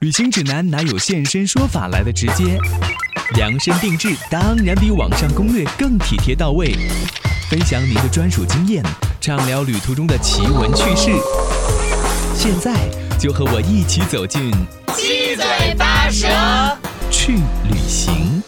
旅行指南哪有现身说法来的直接？量身定制当然比网上攻略更体贴到位。分享您的专属经验，畅聊旅途中的奇闻趣事。现在就和我一起走进七嘴八舌去旅行。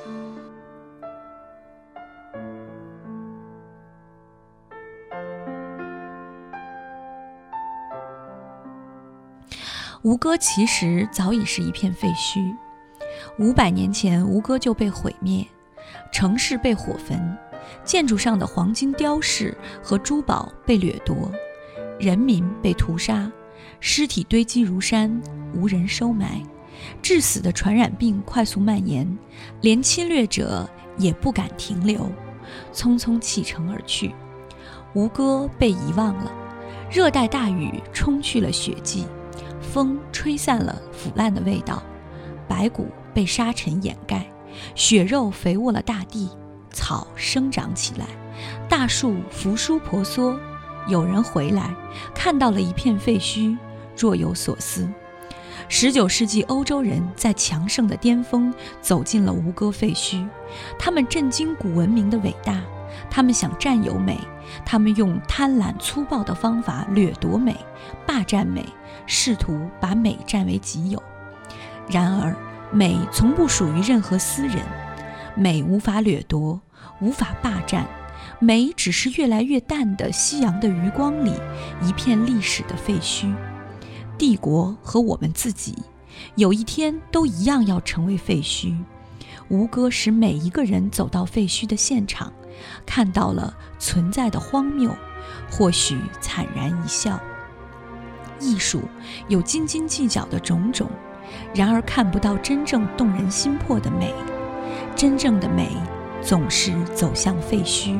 吴哥其实早已是一片废墟，500年前吴哥就被毁灭，城市被火焚，建筑上的黄金雕饰和珠宝被掠夺，人民被屠杀，尸体堆积如山，无人收埋，致死的传染病快速蔓延，连侵略者也不敢停留，匆匆启程而去。吴哥被遗忘了，热带大雨冲去了血迹，风吹散了腐烂的味道，白骨被沙尘掩盖，血肉肥沃了大地，草生长起来，大树扶疏婆娑。有人回来，看到了一片废墟，若有所思。19世纪欧洲人在强盛的巅峰走进了吴哥废墟，他们震惊古文明的伟大，他们想占有美，他们用贪婪粗暴的方法掠夺美，霸占美，试图把美占为己有。然而美从不属于任何私人，美无法掠夺，无法霸占，美只是越来越淡的夕阳的余光里一片历史的废墟。帝国和我们自己有一天都一样要成为废墟。吴哥使每一个人走到废墟的现场，看到了存在的荒谬，或许惨然一笑。艺术有斤斤计较的种种，然而看不到真正动人心魄的美，真正的美总是走向废墟。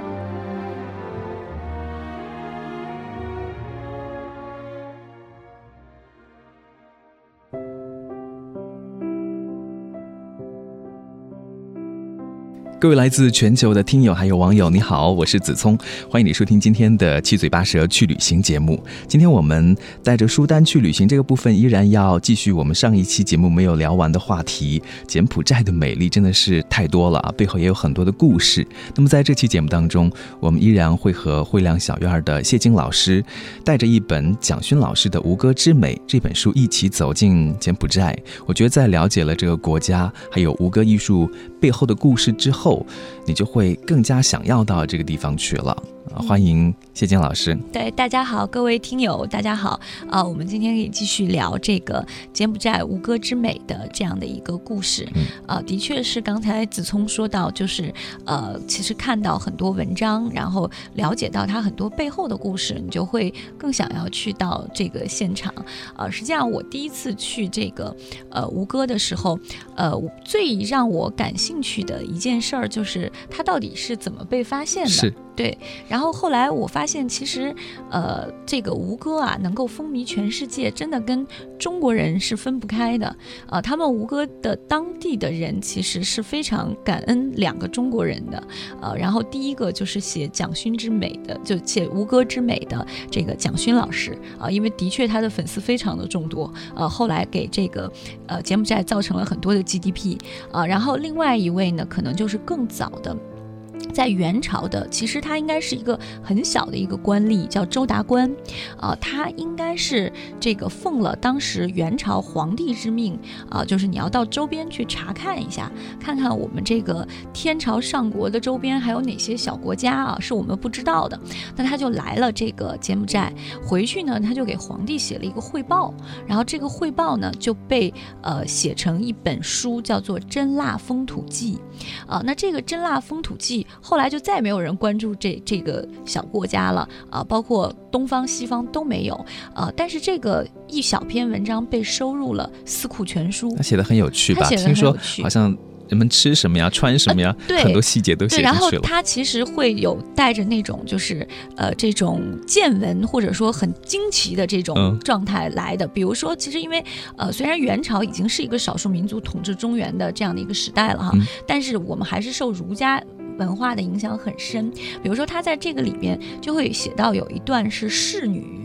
各位来自全球的听友还有网友，你好，我是子聪，欢迎你收听今天的七嘴八舌去旅行节目。今天我们带着书单去旅行这个部分，依然要继续我们上一期节目没有聊完的话题。柬埔寨的美丽真的是太多了，背后也有很多的故事。那么在这期节目当中，我们依然会和汇亮小院的谢金老师带着一本蒋勋老师的《吴哥之美》这本书一起走进柬埔寨。我觉得在了解了这个国家还有吴哥艺术背后的故事之后，你就会更加想要到这个地方去了。欢迎谢金老师。 对，大家好，各位听友大家好。我们今天可以继续聊这个柬埔寨吴哥之美的这样的一个故事。的确是刚才子聪说到，就是其实看到很多文章，然后了解到它很多背后的故事，你就会更想要去到这个现场。实际上我第一次去这个吴哥的时候，最让我感兴趣的一件事儿就是它到底是怎么被发现的。 是， 对。然后后来我发现其实这个吴哥啊能够风靡全世界，真的跟中国人是分不开的。他们吴哥的当地的人其实是非常感恩2个中国人的。然后第一个就是写蒋勋之美的，就写吴哥之美的这个蒋勋老师因为的确他的粉丝非常的众多，后来给这个柬埔寨造成了很多的 GDP。然后另外一位呢可能就是更早的，在元朝的，其实他应该是一个很小的一个官吏，叫周达观。他应该是这个奉了当时元朝皇帝之命就是你要到周边去查看一下，看看我们这个天朝上国的周边还有哪些小国家是我们不知道的。那他就来了这个柬埔寨，回去呢他就给皇帝写了一个汇报，然后这个汇报呢就被写成一本书，叫做《真腊风土记》。那这个《真腊风土记》后来就再也没有人关注这个小国家了包括东方西方都没有但是这个一小篇文章被收入了《四库全书》。 他写得很有趣吧？听说好像人们吃什么呀，穿什么呀，很多细节都写进去了。 然后他其实会有带着那种就是这种见闻或者说很惊奇的这种状态来的。比如说，其实因为虽然元朝已经是一个少数民族统治中原的这样的一个时代了哈，但是我们还是受儒家文化的影响很深。比如说他在这个里边就会写到有一段是侍女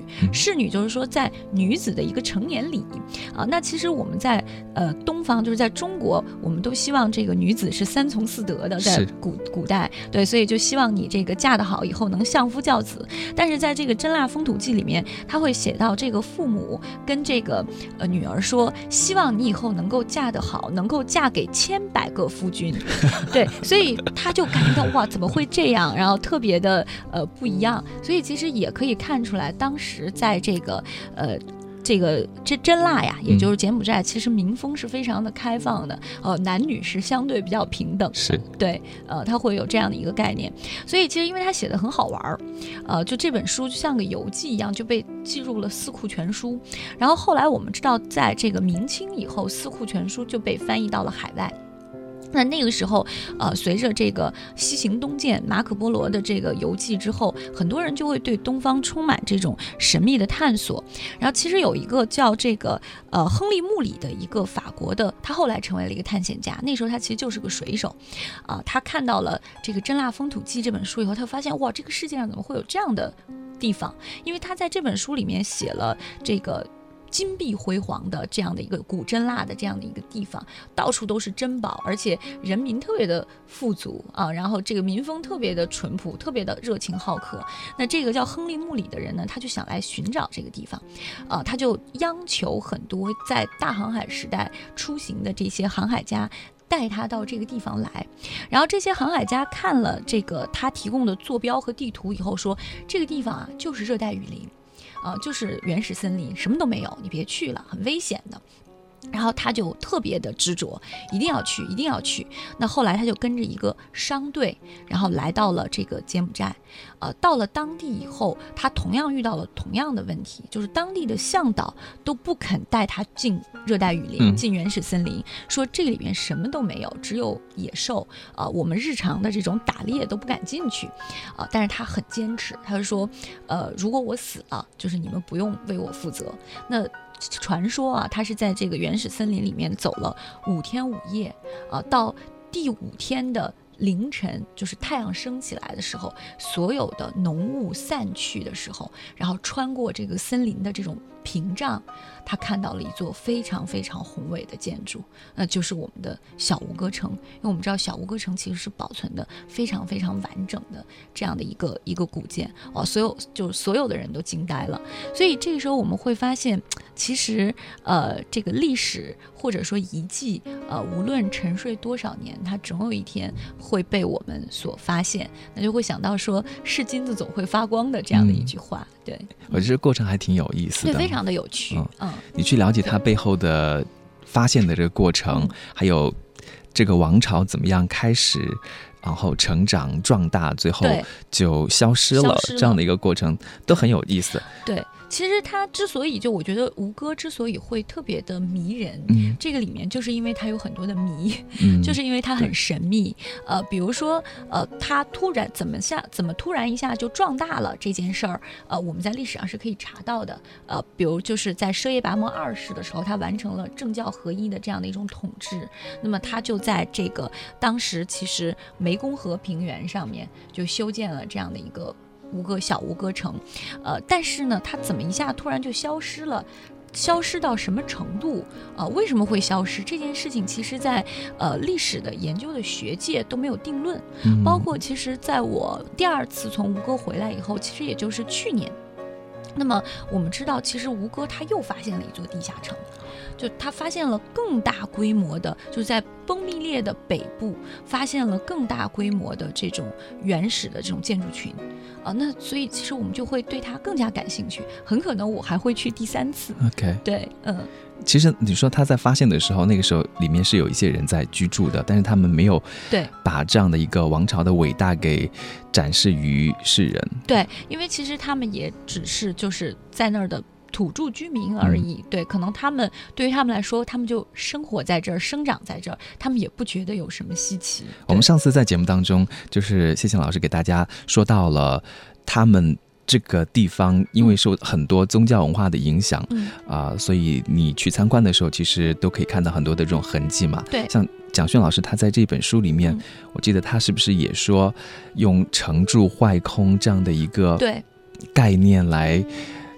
仕女就是说在女子的一个成年礼那其实我们在东方，就是在中国，我们都希望这个女子是三从四德的，在古代，对，所以就希望你这个嫁得好以后能相夫教子。但是在这个《真腊风土记》里面，他会写到这个父母跟这个女儿说，希望你以后能够嫁得好，能够嫁给100个夫君。对，所以他就感觉到哇，怎么会这样？然后特别的不一样。所以其实也可以看出来，当时在这个真腊呀，也就是柬埔寨，其实民风是非常的开放的，男女是相对比较平等的， 是对，他会有这样的一个概念。所以其实因为他写的很好玩就这本书就像个游记一样，就被记入了《四库全书》。然后后来我们知道，在这个明清以后，《四库全书》就被翻译到了海外。那个时候，随着这个西行东渐马可波罗的这个游记之后，很多人就会对东方充满这种神秘的探索。然后其实有一个叫这个亨利穆里的一个法国的，他后来成为了一个探险家。那时候他其实就是个水手，他看到了这个《真腊风土记》这本书以后，他发现哇，这个世界上怎么会有这样的地方？因为他在这本书里面写了这个金碧辉煌的这样的一个古真腊的这样的一个地方，到处都是珍宝，而且人民特别的富足然后这个民风特别的淳朴，特别的热情好客。那这个叫亨利穆里的人呢，他就想来寻找这个地方，他就央求很多在大航海时代出行的这些航海家带他到这个地方来。然后这些航海家看了这个他提供的坐标和地图以后说，这个地方就是热带雨林就是原始森林，什么都没有，你别去了，很危险的。然后他就特别的执着，一定要去，一定要去。那后来他就跟着一个商队，然后来到了这个柬埔寨。到了当地以后，他同样遇到了同样的问题，就是当地的向导都不肯带他进热带雨林，进原始森林，说这里面什么都没有，只有野兽我们日常的这种打猎都不敢进去但是他很坚持，他就说如果我死了，就是你们不用为我负责。那传说他是在这个原始森林里面走了5天5夜到第5天的凌晨，就是太阳升起来的时候，所有的浓雾散去的时候，然后穿过这个森林的这种屏障，他看到了一座非常非常宏伟的建筑，那就是我们的小吴哥城。因为我们知道小吴哥城其实是保存的非常非常完整的这样的一个古建所有的人都惊呆了。所以这个时候我们会发现，其实这个历史或者说遗迹无论沉睡多少年，它总有一天会被我们所发现。那就会想到说是金子总会发光的这样的一句话。对， 我觉得过程还挺有意思的， 对，非常的有趣。 你去了解它背后的发现的这个过程，还有这个王朝怎么样开始，然后成长壮大，最后就消失了这样的一个过程，都很有意思。 对，其实他之所以我觉得吴哥之所以会特别的迷人，这个里面就是因为他有很多的谜，就是因为他很神秘。比如说他突然怎么突然一下就壮大了这件事儿，我们在历史上是可以查到的。比如就是在奢耶拔摩2世的时候，他完成了政教合一的这样的一种统治，那么他就在这个当时其实湄公河平原上面就修建了这样的一个小吴哥城。但是呢，它怎么一下突然就消失了？消失到什么程度？为什么会消失？这件事情其实在历史的研究的学界都没有定论。包括其实在我第2次从吴哥回来以后，其实也就是去年，那么我们知道其实吴哥他又发现了一座地下城，就他发现了更大规模的，就是在崩密列的北部发现了更大规模的这种原始的这种建筑群那所以其实我们就会对它更加感兴趣，很可能我还会去第3次。 OK， 对， 其实你说他在发现的时候，那个时候里面是有一些人在居住的，但是他们没有把这样的一个王朝的伟大给展示于世人。 对，因为其实他们也只是就是在那儿的土著居民而已。对，可能对于他们来说，他们就生活在这儿，生长在这儿，他们也不觉得有什么稀奇。 我们上次在节目当中，就是谢谢老师给大家说到了他们这个地方因为受很多宗教文化的影响所以你去参观的时候其实都可以看到很多的这种痕迹嘛。 对， 像蒋勋老师他在这本书里面我记得他是不是也说用成住坏空这样的一个概念来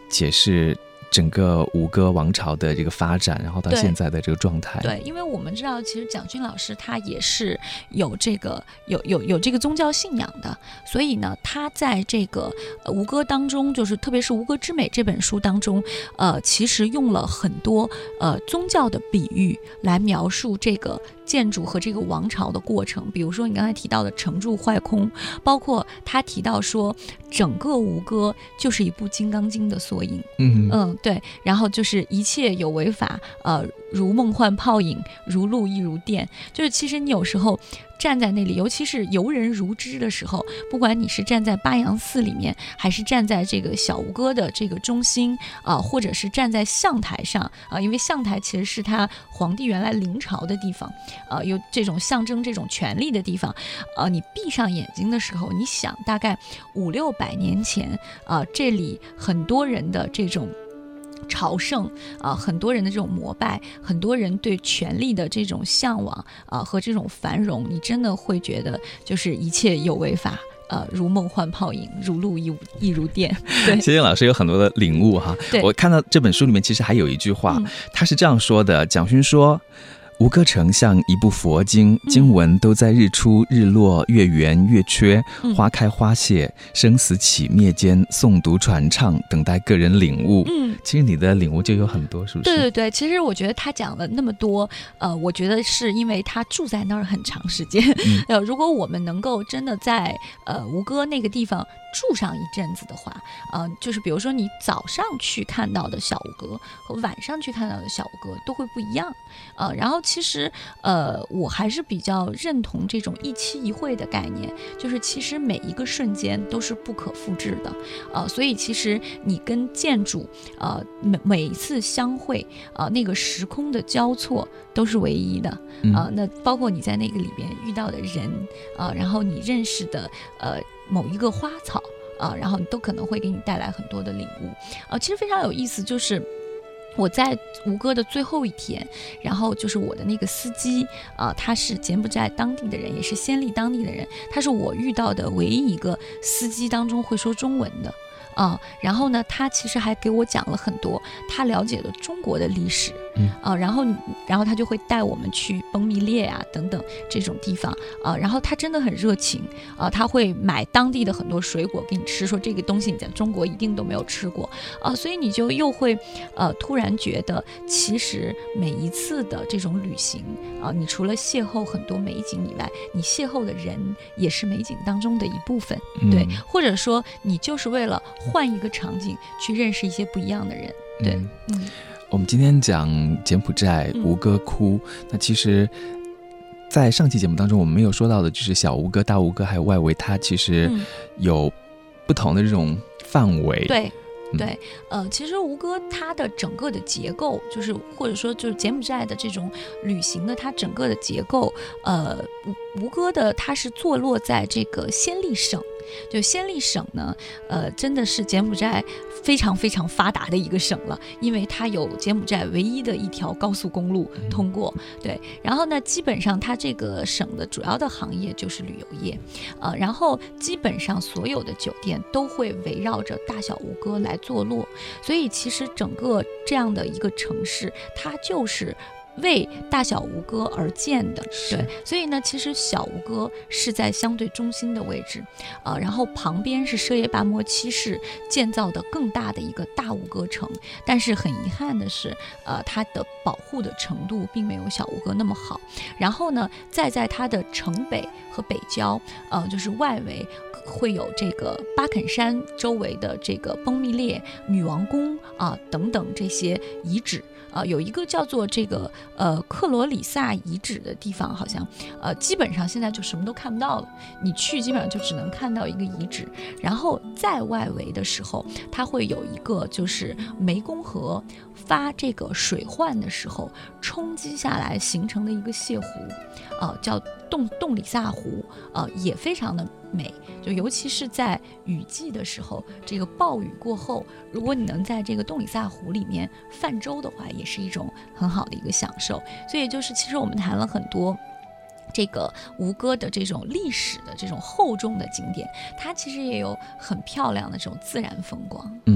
解释整个吴哥王朝的这个发展，然后到现在的这个状态。 对，因为我们知道其实蒋勋老师他也是有这个有这个宗教信仰的，所以呢他在这个吴歌当中，就是特别是《吴歌之美》这本书当中其实用了很多宗教的比喻来描述这个建筑和这个王朝的过程。比如说你刚才提到的成住坏空，包括他提到说整个吴歌就是一部《金刚经》的缩影。对，然后就是一切有为法，如梦幻泡影，如露亦如电。就是其实你有时候站在那里，尤其是游人如织的时候，不管你是站在巴阳寺里面，还是站在这个小吴歌的这个中心或者是站在象台上因为象台其实是他皇帝原来临朝的地方有这种象征这种权力的地方你闭上眼睛的时候，你想大概500-600年前这里很多人的这种朝圣很多人的这种膜拜，很多人对权力的这种向往和这种繁荣，你真的会觉得就是一切有为法，如梦幻泡影，如露亦如电。对， 谢谢老师有很多的领悟哈。我看到这本书里面其实还有一句话，他是这样说的：蒋勋说，吴歌城像一部佛经，经文都在日出日落月圆月缺，花开花谢，生死起灭间诵读传唱，等待个人领悟。其实你的领悟就有很多，是不是？ 对对对，其实我觉得他讲了那么多我觉得是因为他住在那儿很长时间如果我们能够真的在吴歌那个地方住上一阵子的话就是比如说你早上去看到的小吴歌和晚上去看到的小吴歌都会不一样然后其实我还是比较认同这种一期一会的概念，就是其实每一个瞬间都是不可复制的所以其实你跟建筑每一次相会那个时空的交错都是唯一的那包括你在那个里边遇到的人然后你认识的某一个花草然后都可能会给你带来很多的领悟其实非常有意思，就是我在吴歌的最后一天，然后就是我的那个司机他是柬埔寨当地的人，也是暹粒当地的人，他是我遇到的唯一一个司机当中会说中文的然后呢他其实还给我讲了很多他了解的中国的历史然后他就会带我们去崩密列等等这种地方然后他真的很热情他会买当地的很多水果给你吃，说这个东西你在中国一定都没有吃过所以你就又会突然觉得其实每一次的这种旅行你除了邂逅很多美景以外，你邂逅的人也是美景当中的一部分对，或者说你就是为了换一个场景去认识一些不一样的人对我们今天讲柬埔寨吴哥窟那其实在上期节目当中我们没有说到的就是小吴哥大吴哥还有外围，它其实有不同的这种范围对对其实吴哥它的整个的结构就是或者说就是柬埔寨的这种旅行的它整个的结构吴哥的它是坐落在这个暹粒省，就暹粒省呢真的是柬埔寨非常非常发达的一个省了，因为它有柬埔寨唯一的一条高速公路通过对，然后呢基本上它这个省的主要的行业就是旅游业然后基本上所有的酒店都会围绕着大小吴哥来坐落，所以其实整个这样的一个城市它就是为大小吴哥而建的对，所以呢其实小吴哥是在相对中心的位置然后旁边是舍耶巴摩七世建造的更大的一个大吴哥城，但是很遗憾的是它的保护的程度并没有小吴哥那么好，然后呢再在它的城北和北郊就是外围会有这个巴肯山周围的这个崩密列女王宫等等这些遗址有一个叫做这个克罗里萨遗址的地方，好像基本上现在就什么都看不到了，你去基本上就只能看到一个遗址，然后在外围的时候它会有一个就是湄公河发这个水患的时候冲击下来形成的一个泻湖叫洞里萨湖也非常的美，就尤其是在雨季的时候，这个暴雨过后，如果你能在这个洞里萨湖里面泛舟的话，也是一种很好的一个享受。所以就是其实我们谈了很多这个吴哥的这种历史的这种厚重的景点，它其实也有很漂亮的这种自然风光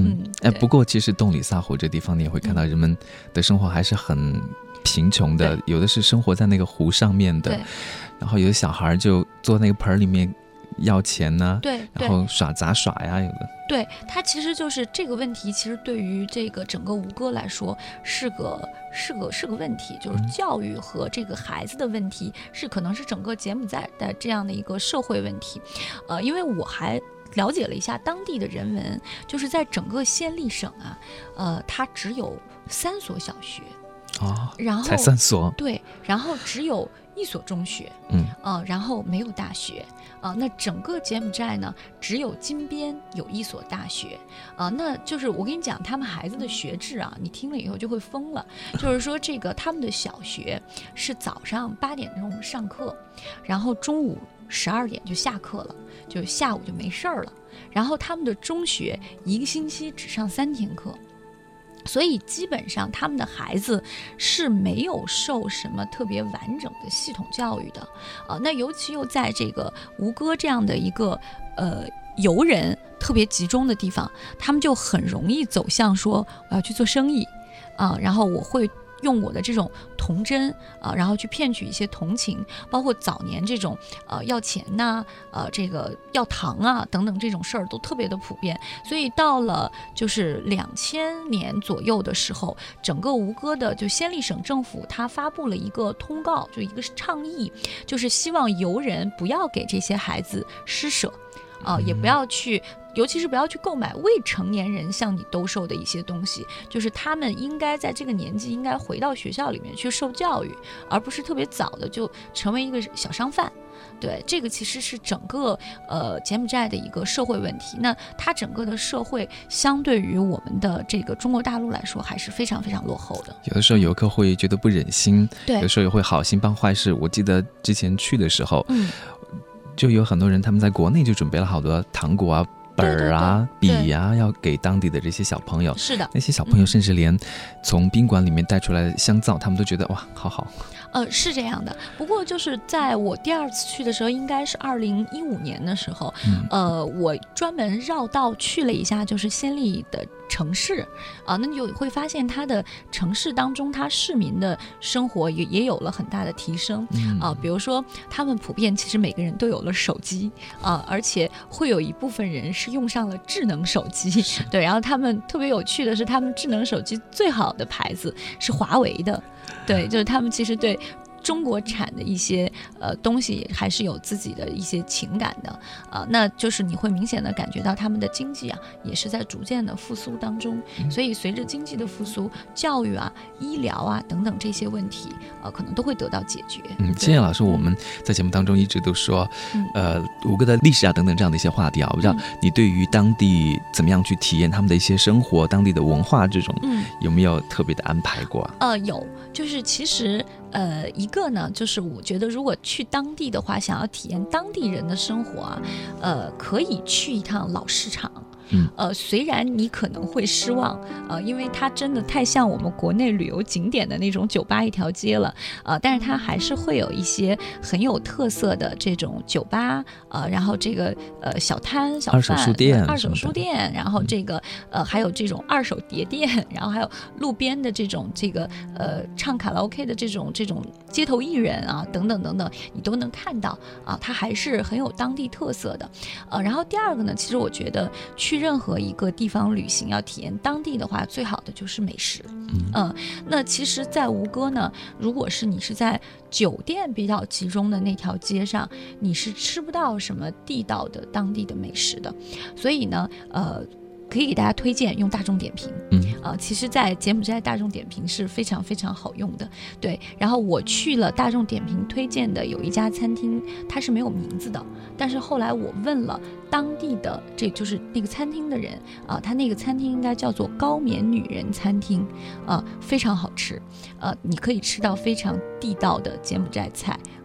不过其实洞里萨湖这地方你也会看到人们的生活还是很贫穷的，有的是生活在那个湖上面的，然后有的小孩就坐那个盆里面要钱呢，然后杂耍呀，有的。 对，它其实就是这个问题，其实对于这个整个吴哥来说是个问题，就是教育和这个孩子的问题，可能是整个柬埔寨的这样的一个社会问题。因为我还了解了一下当地的人文，就是在整个暹粒省啊，它只有3所小学。然后才3所， 对，然后只有1所中学，然后没有大学，那整个柬埔寨呢，只有金边有1所大学，那就是我跟你讲，他们孩子的学制啊，你听了以后就会疯了，就是说这个他们的小学是早上8点钟上课，然后中午12点就下课了，就下午就没事儿了，然后他们的中学1个星期只上3天课。所以基本上他们的孩子是没有受什么特别完整的系统教育的，那尤其又在这个吴哥这样的一个游人特别集中的地方，他们就很容易走向说我要去做生意然后我会用我的这种童真然后去骗取一些同情，包括早年这种要钱呐这个要糖啊等等这种事儿都特别的普遍。所以到了就是2000年左右的时候，整个吴哥的就暹粒省政府它发布了一个通告，就一个倡议，就是希望游人不要给这些孩子施舍也不要去，尤其是不要去购买未成年人向你兜售的一些东西，就是他们应该在这个年纪应该回到学校里面去受教育，而不是特别早的就成为一个小商贩。对，这个其实是整个柬埔寨的一个社会问题。那它整个的社会相对于我们的这个中国大陆来说还是非常非常落后的。 有的时候游客会觉得不忍心， 对， 有的时候也会好心办坏事。我记得之前去的时候就有很多人他们在国内就准备了好多糖果啊本啊笔啊要给当地的这些小朋友。 是的， 那些小朋友甚至连从宾馆里面带出来的香皂他们都觉得哇好好。 是这样的。不过就是在我第2次去的时候，应该是2015年的时候我专门绕道去了一下就是暹粒的城市那你就会发现它的城市当中它市民的生活也有了很大的提升比如说他们普遍其实每个人都有了手机而且会有一部分人是用上了智能手机。对，然后他们特别有趣的是他们智能手机最好的牌子是华为的。对，就是他们其实对中国产的一些东西还是有自己的一些情感的那就是你会明显的感觉到他们的经济也是在逐渐的复苏当中。所以随着经济的复苏，教育医疗等等这些问题可能都会得到解决。 谢谢老师，我们在节目当中一直都说吴哥的历史等等这样的一些话题我不知道你对于当地怎么样去体验他们的一些生活，当地的文化这种有没有特别的安排过有，就是其实一个呢，就是我觉得如果去当地的话，想要体验当地人的生活可以去一趟老市场。虽然你可能会失望因为它真的太像我们国内旅游景点的那种酒吧一条街了但是它还是会有一些很有特色的这种酒吧然后这个小摊小贩、二手书店，然后这个还有这种二手碟店，然后还有路边的这种唱卡拉 OK 的这种街头艺人等等等等，你都能看到它还是很有当地特色的然后第二个呢，其实我觉得去任何一个地方旅行要体验当地的话，最好的就是美食那其实在吴哥呢，如果是你是在酒店比较集中的那条街上，你是吃不到什么地道的当地的美食的。所以呢可以给大家推荐用大众点评其实在柬埔寨大众点评是非常非常好用的。对，然后我去了大众点评推荐的有一家餐厅，它是没有名字的，但是后来我问了当地的这就是那个餐厅的人他那个餐厅应该叫做高棉女人餐厅非常好吃你可以吃到非常地道的柬埔寨菜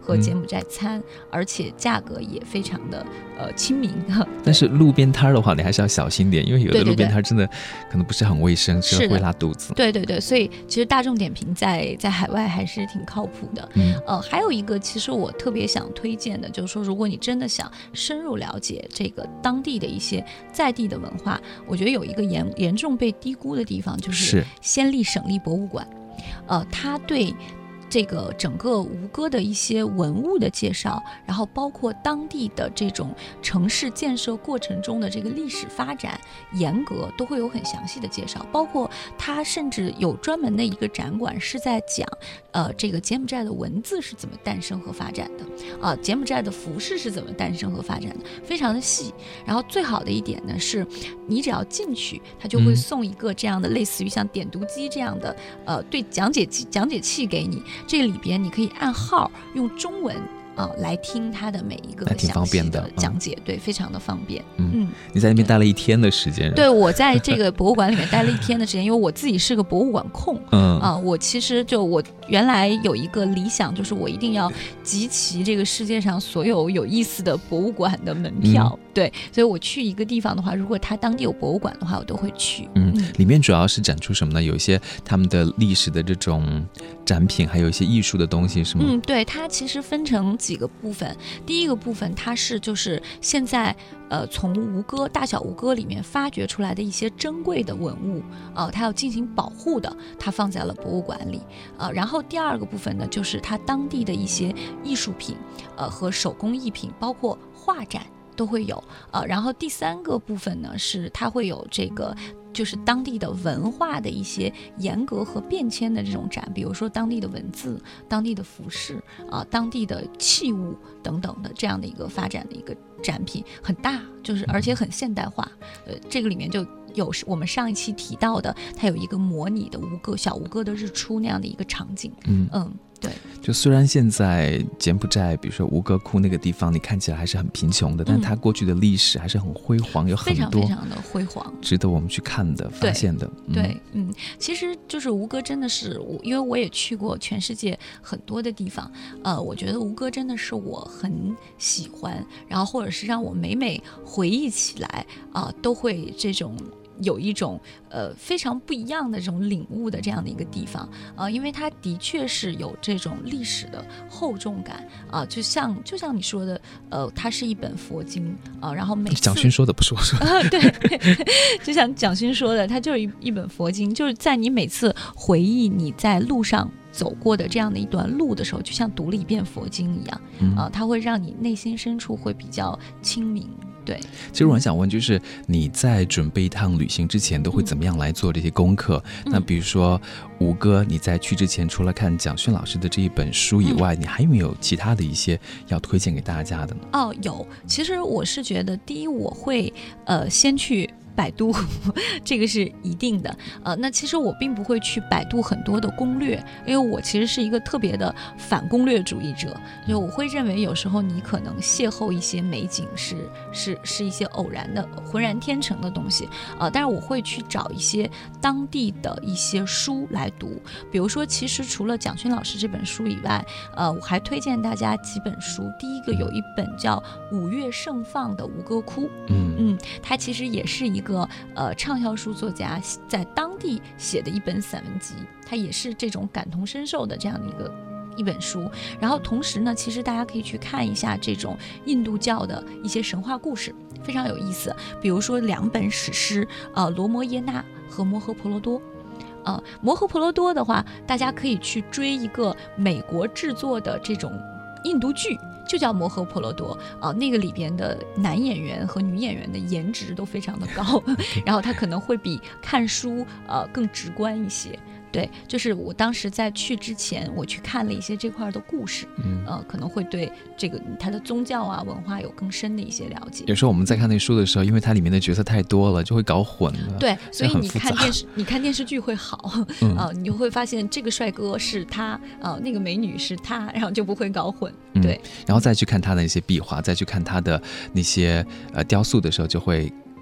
和柬埔寨餐，而且价格也非常的亲民。 但是路边摊的话你还是要小心点，因为有的路边摊真的可能不是很卫生，吃了会拉肚子。 对对对，所以其实大众点评在海外还是挺靠谱的。还有一个其实我特别想推荐的，就是说如果你真的想深入了解这个当地的一些在地的文化，我觉得有一个严重被低估的地方，就是暹粒省立博物馆。它对这个整个吴哥的一些文物的介绍，然后包括当地的这种城市建设过程中的这个历史发展沿革都会有很详细的介绍，包括它甚至有专门的一个展馆是在讲这个柬埔寨的文字是怎么诞生和发展的，柬埔寨的服饰是怎么诞生和发展的，非常的细。然后最好的一点呢是你只要进去，它就会送一个这样的类似于像点读机这样的对讲解器给你，这里边你可以按号用中文来听它的每一个详细的讲解，对，非常的方便。 你在那边待了1天的时间？ 对，我在这个博物馆里面待了1天的时间，因为我自己是个博物馆控。我其实我原来有一个理想，就是我一定要集齐这个世界上所有有意思的博物馆的门票。对，所以我去一个地方的话，如果它当地有博物馆的话，我都会去。 里面主要是展出什么呢？有一些他们的历史的这种展品，还有一些艺术的东西，是吗？ 对，它其实分成几个部分。第一个部分，它是就是现在从吴哥大小吴哥里面发掘出来的一些珍贵的文物，它要进行保护的，它放在了博物馆里。然后第二个部分呢，就是它当地的一些艺术品，和手工艺品，包括画展都会有。然后第三个部分呢，是它会有这个就是当地的文化的一些沿革和变迁的这种展，比如说当地的文字、当地的服饰当地的器物等等的这样的一个发展的一个展品，很大，就是而且很现代化。这个里面就有我们上一期提到的，它有一个模拟的小吴哥的日出那样的一个场景。对， 就虽然现在柬埔寨比如说吴哥窟那个地方你看起来还是很贫穷的，但它过去的历史还是很辉煌，有很多非常的辉煌， 值得我们去看的发现的。 对，其实就是吴哥真的是因为我也去过全世界很多的地方，我觉得吴哥真的是我很喜欢，然后或者是让我每回忆起来都会这种有一种非常不一样的这种领悟的这样的一个地方。因为它的确是有这种历史的厚重感就像你说的它是一本佛经然后每次蒋勋说的，不是我说的对就像蒋勋说的，它就是一本佛经，就是在你每次回忆你在路上走过的这样的一段路的时候，就像读了一遍佛经一样它会让你内心深处会比较清明。对， 其实我很想问，就是你在准备一趟旅行之前都会怎么样来做这些功课？那比如说吴哥，你在去之前除了看蒋勋老师的这一本书以外，你还有没有其他的一些要推荐给大家的呢？ 有，其实我是觉得第一我会先去百度这个是一定的那其实我并不会去百度很多的攻略，因为我其实是一个特别的反攻略主义者，就我会认为有时候你可能邂逅一些美景是一些偶然的浑然天成的东西但是我会去找一些当地的一些书来读，比如说其实除了蒋勋老师这本书以外我还推荐大家几本书。第一个有一本叫5月盛放的吴哥窟，它其实也是一个畅销书作家在当地写的一本散文集，它也是这种感同身受的这样的一本书。然后同时呢，其实大家可以去看一下这种印度教的一些神话故事，非常有意思。比如说2本史诗罗摩耶那和摩诃婆罗多。摩诃婆罗多的话，大家可以去追一个美国制作的这种印度剧，就叫摩诃婆罗多那个里边的男演员和女演员的颜值都非常的高然后他可能会比看书更直观一些。对，就是我当时在去之前我去看了一些这块的故事可能会对这个它的宗教文化有更深的一些了解。 有时候我们在看那书的时候，因为它里面的角色太多了，就会搞混了。 对，所以你看电视剧会好你就会发现这个帅哥是他那个美女是他，然后就不会搞混。对， 然后再去看他的那些壁画，再去看他的那些雕塑的时候，就会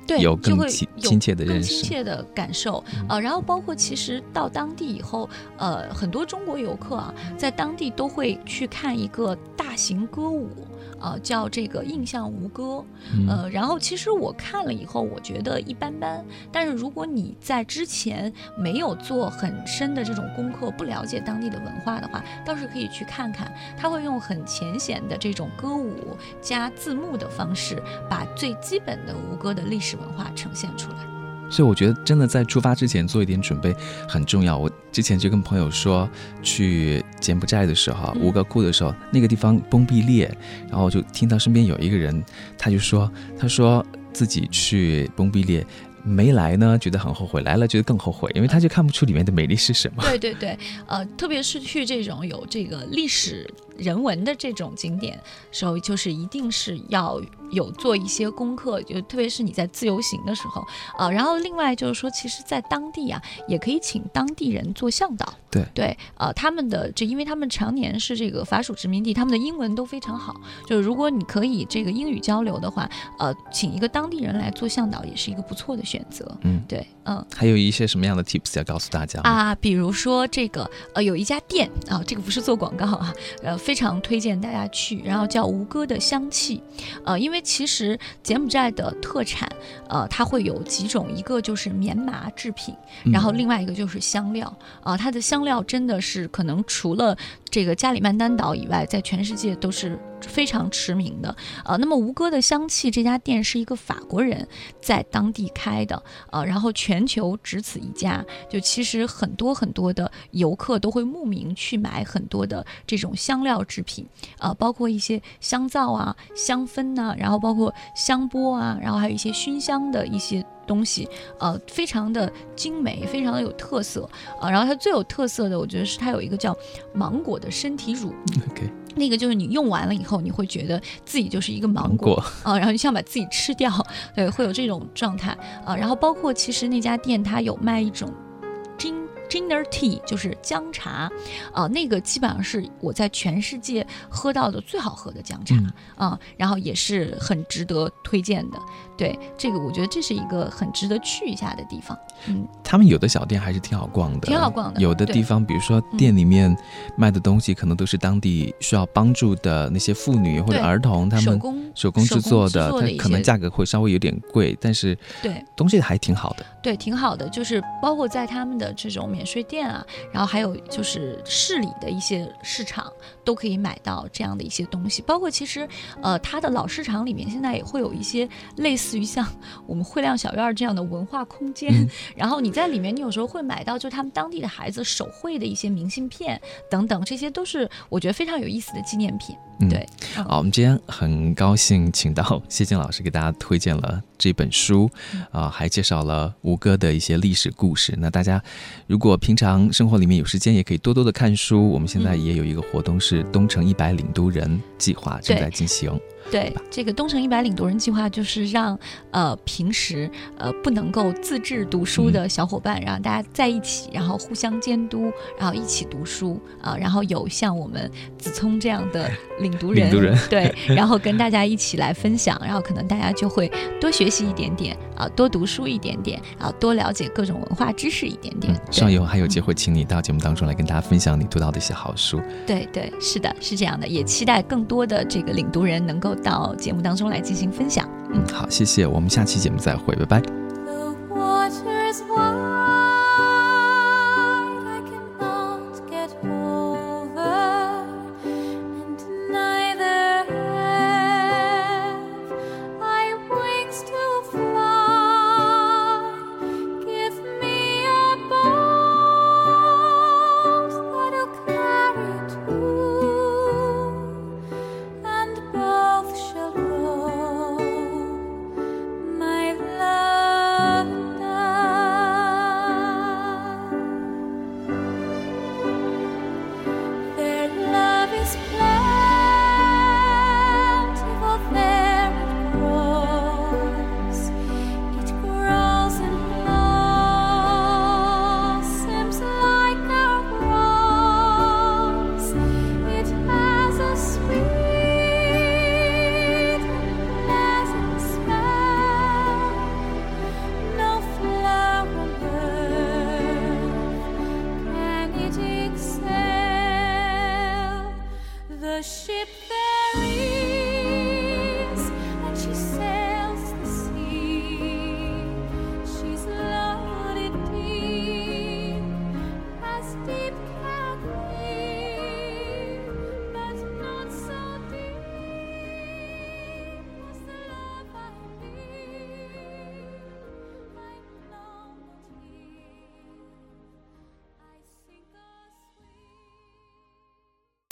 对， 有更就会亲切的认识， 更亲切的感受。然后包括其实到当地以后，很多中国游客啊，在当地都会去看一个大型歌舞。叫这个印象吴歌，然后其实我看了以后，我觉得一般般。但是如果你在之前没有做很深的这种功课，不了解当地的文化的话，倒是可以去看看。他会用很浅显的这种歌舞加字幕的方式，把最基本的吴歌的历史文化呈现出来。 所以我觉得真的在出发之前做一点准备很重要。我之前就跟朋友说，去柬埔寨的时候，吴哥窟的时候，那个地方崩壁裂，然后我就听到身边有一个人，他说自己去崩壁裂没来呢觉得很后悔，来了觉得更后悔，因为他就看不出里面的美丽是什么。 对对对，特别是去这种有这个历史人文的这种景点时候，就是一定是要有做一些功课，就特别是你在自由行的时候，然后另外就是说，其实在当地啊，也可以请当地人做向导。对，他们的因为他们常年是这个法属殖民地，他们的英文都非常好，就是如果你可以这个英语交流的话，请一个当地人来做向导也是一个不错的选择。对， 还有一些什么样的 tips 要告诉大家啊？ 比如说这个有一家店啊，这个不是做广告啊，非常推荐大家去，然后叫吴哥的香气。因为其实柬埔寨的特产它会有几种，一个就是棉麻制品，然后另外一个就是香料它的香料真的是可能除了这个加里曼丹岛以外，在全世界都是非常驰名的。那么吴哥的香气这家店是一个法国人在当地开的，然后全球只此一家，就其实很多很多的游客都会慕名去买很多的这种香料制品，包括一些香皂啊、香氛啊，然后包括香波啊，然后还有一些熏香的一些东西，非常的精美，非常的有特色。然后它最有特色的，我觉得是它有一个叫芒果的身体乳。那个就是你用完了以后，你会觉得自己就是一个芒果然后你想把自己吃掉，对，会有这种状态然后包括其实那家店它有卖一种Ginger tea， 就是姜茶那个基本上是我在全世界喝到的最好喝的姜茶然后也是很值得推荐的。对，这个我觉得这是一个很值得去一下的地方。 他们有的小店还是挺好逛的，有的地方比如说店里面卖的东西可能都是当地需要帮助的那些妇女或者儿童，他们手工制作的，它可能价格会稍微有点贵，但是对东西还挺好的。 对，挺好的，就是包括在他们的这种免税店啊，然后还有就是市里的一些市场都可以买到这样的一些东西。包括其实它的老市场里面现在也会有一些类似于像我们汇亮小院这样的文化空间，然后你在里面你有时候会买到就他们当地的孩子手绘的一些明信片等等，这些都是我觉得非常有意思的纪念品。对， 好，我们今天很高兴请到谢静老师给大家推荐了这本书还介绍了吴哥的一些历史故事。那大家如果平常生活里面有时间，也可以多多的看书。我们现在也有一个活动是东城100领读人计划正在进行。 对，这个东城100领读人计划就是让平时不能够自制读书的小伙伴，让大家在一起，然后互相监督，然后一起读书然后有像我们子聪这样的领读人对，然后跟大家一起来分享，然后可能大家就会多学习一点点多读书一点点多了解各种文化知识一点点。 希望以后还有机会请你到节目当中来跟大家分享你读到的一些好书。 对对，是的，是这样的，也期待更多的这个领读人能够到节目当中来进行分享。 好，谢谢，我们下期节目再会，拜拜。 the ship